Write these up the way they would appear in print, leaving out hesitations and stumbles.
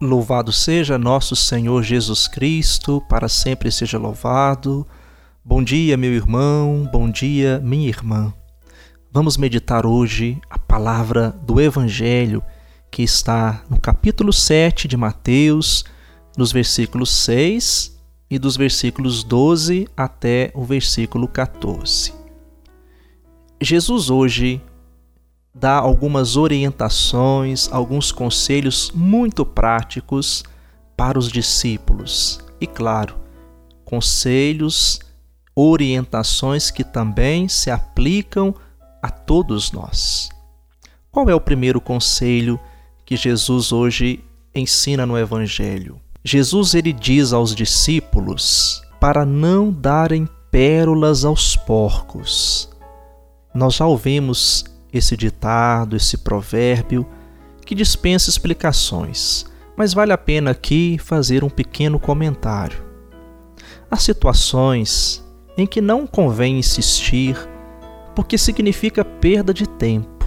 Louvado seja nosso Senhor Jesus Cristo, para sempre seja louvado. Bom dia, meu irmão, bom dia, minha irmã. Vamos meditar hoje a palavra do Evangelho que está no capítulo 7 de Mateus, nos versículos 6 e dos versículos 12 até o versículo 14. Jesus hoje dá algumas orientações, alguns conselhos muito práticos para os discípulos. E claro, conselhos, orientações que também se aplicam a todos nós. Qual é o primeiro conselho que Jesus hoje ensina no Evangelho? Jesus ele diz aos discípulos para não darem pérolas aos porcos. Nós já ouvimos esse ditado, esse provérbio, que dispensa explicações, mas vale a pena aqui fazer um pequeno comentário. Há situações em que não convém insistir, porque significa perda de tempo.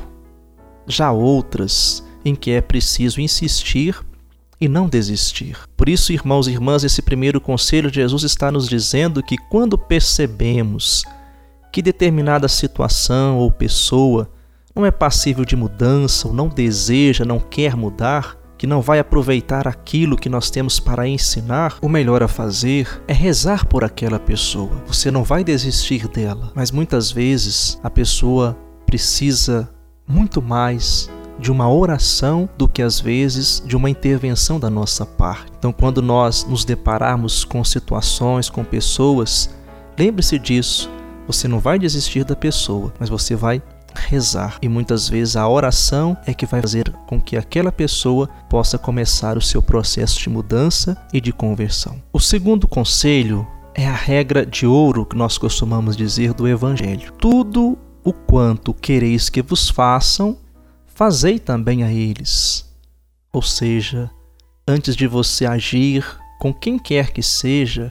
Já outras em que é preciso insistir e não desistir. Por isso, irmãos e irmãs, esse primeiro conselho de Jesus está nos dizendo que quando percebemos que determinada situação ou pessoa não é passível de mudança, ou não deseja, não quer mudar, que não vai aproveitar aquilo que nós temos para ensinar, o melhor a fazer é rezar por aquela pessoa. Você não vai desistir dela, mas muitas vezes a pessoa precisa muito mais de uma oração do que às vezes de uma intervenção da nossa parte. Então, quando nós nos depararmos com situações, com pessoas, lembre-se disso. Você não vai desistir da pessoa, mas você vai rezar. E muitas vezes a oração é que vai fazer com que aquela pessoa possa começar o seu processo de mudança e de conversão. O segundo conselho é a regra de ouro que nós costumamos dizer do Evangelho. Tudo o quanto quereis que vos façam, fazei também a eles. Ou seja, antes de você agir com quem quer que seja,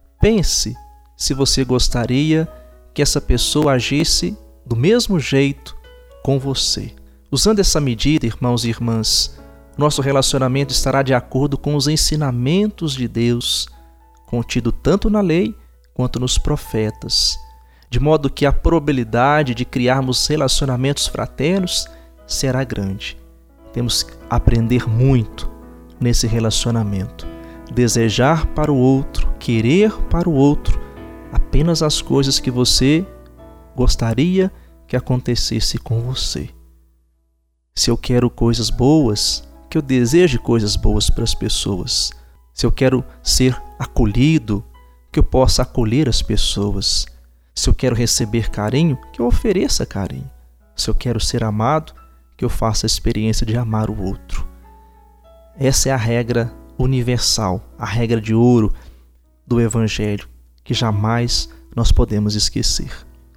pense se você gostaria que essa pessoa agisse do mesmo jeito com você. Usando essa medida, irmãos e irmãs, nosso relacionamento estará de acordo com os ensinamentos de Deus, contido tanto na lei quanto nos profetas, de modo que a probabilidade de criarmos relacionamentos fraternos será grande. Temos que aprender muito nesse relacionamento, desejar para o outro, querer para o outro apenas as coisas que você gostaria que acontecesse com você. Se eu quero coisas boas, que eu deseje coisas boas para as pessoas. Se eu quero ser acolhido, que eu possa acolher as pessoas. Se eu quero receber carinho, que eu ofereça carinho. Se eu quero ser amado, que eu faça a experiência de amar o outro. Essa é a regra universal, a regra de ouro do Evangelho, que jamais nós podemos esquecer.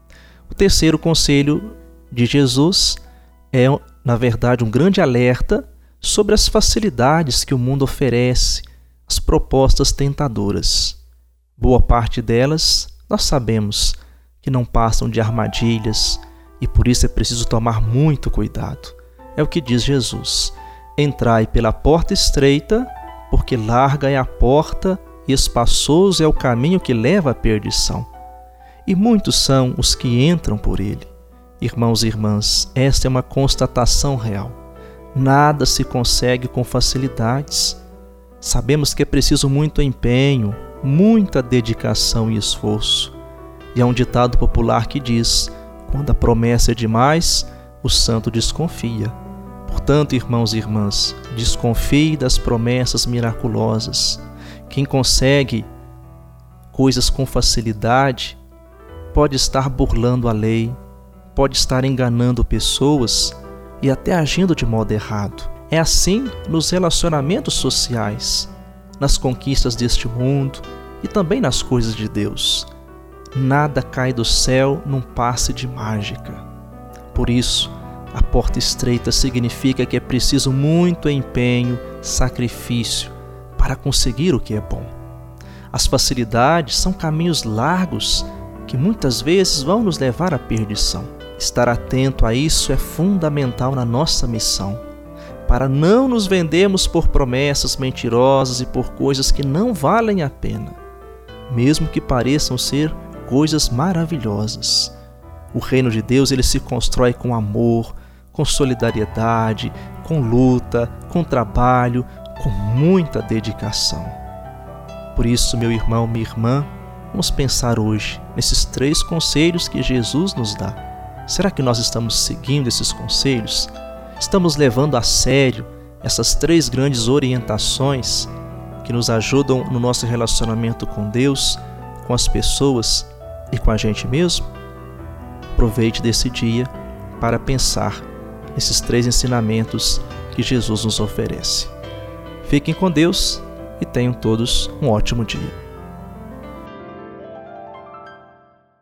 O terceiro conselho de Jesus é, na verdade, um grande alerta sobre as facilidades que o mundo oferece, as propostas tentadoras. Boa parte delas, nós sabemos que não passam de armadilhas e por isso é preciso tomar muito cuidado. É o que diz Jesus: entrai pela porta estreita, porque larga é a porta e espaçoso é o caminho que leva à perdição. E muitos são os que entram por ele. Irmãos e irmãs, esta é uma constatação real. Nada se consegue com facilidades. Sabemos que é preciso muito empenho, muita dedicação e esforço. E há um ditado popular que diz: quando a promessa é demais, o santo desconfia. Portanto, irmãos e irmãs, desconfie das promessas miraculosas. Quem consegue coisas com facilidade pode estar burlando a lei, pode estar enganando pessoas e até agindo de modo errado. É assim nos relacionamentos sociais, nas conquistas deste mundo e também nas coisas de Deus. Nada cai do céu num passe de mágica. Por isso, a porta estreita significa que é preciso muito empenho, sacrifício para conseguir o que é bom. As facilidades são caminhos largos que muitas vezes vão nos levar à perdição. Estar atento a isso é fundamental na nossa missão. para não nos vendermos por promessas mentirosas e por coisas que não valem a pena, mesmo que pareçam ser coisas maravilhosas. O reino de Deus, ele se constrói com amor, com solidariedade, com luta, com trabalho, com muita dedicação. Por isso, meu irmão, minha irmã, vamos pensar hoje nesses 3 conselhos que Jesus nos dá. Será que nós estamos seguindo esses conselhos? Estamos levando a sério essas 3 grandes orientações que nos ajudam no nosso relacionamento com Deus, com as pessoas e com a gente mesmo? Aproveite desse dia para pensar nesses 3 ensinamentos que Jesus nos oferece. Fiquem com Deus e tenham todos um ótimo dia.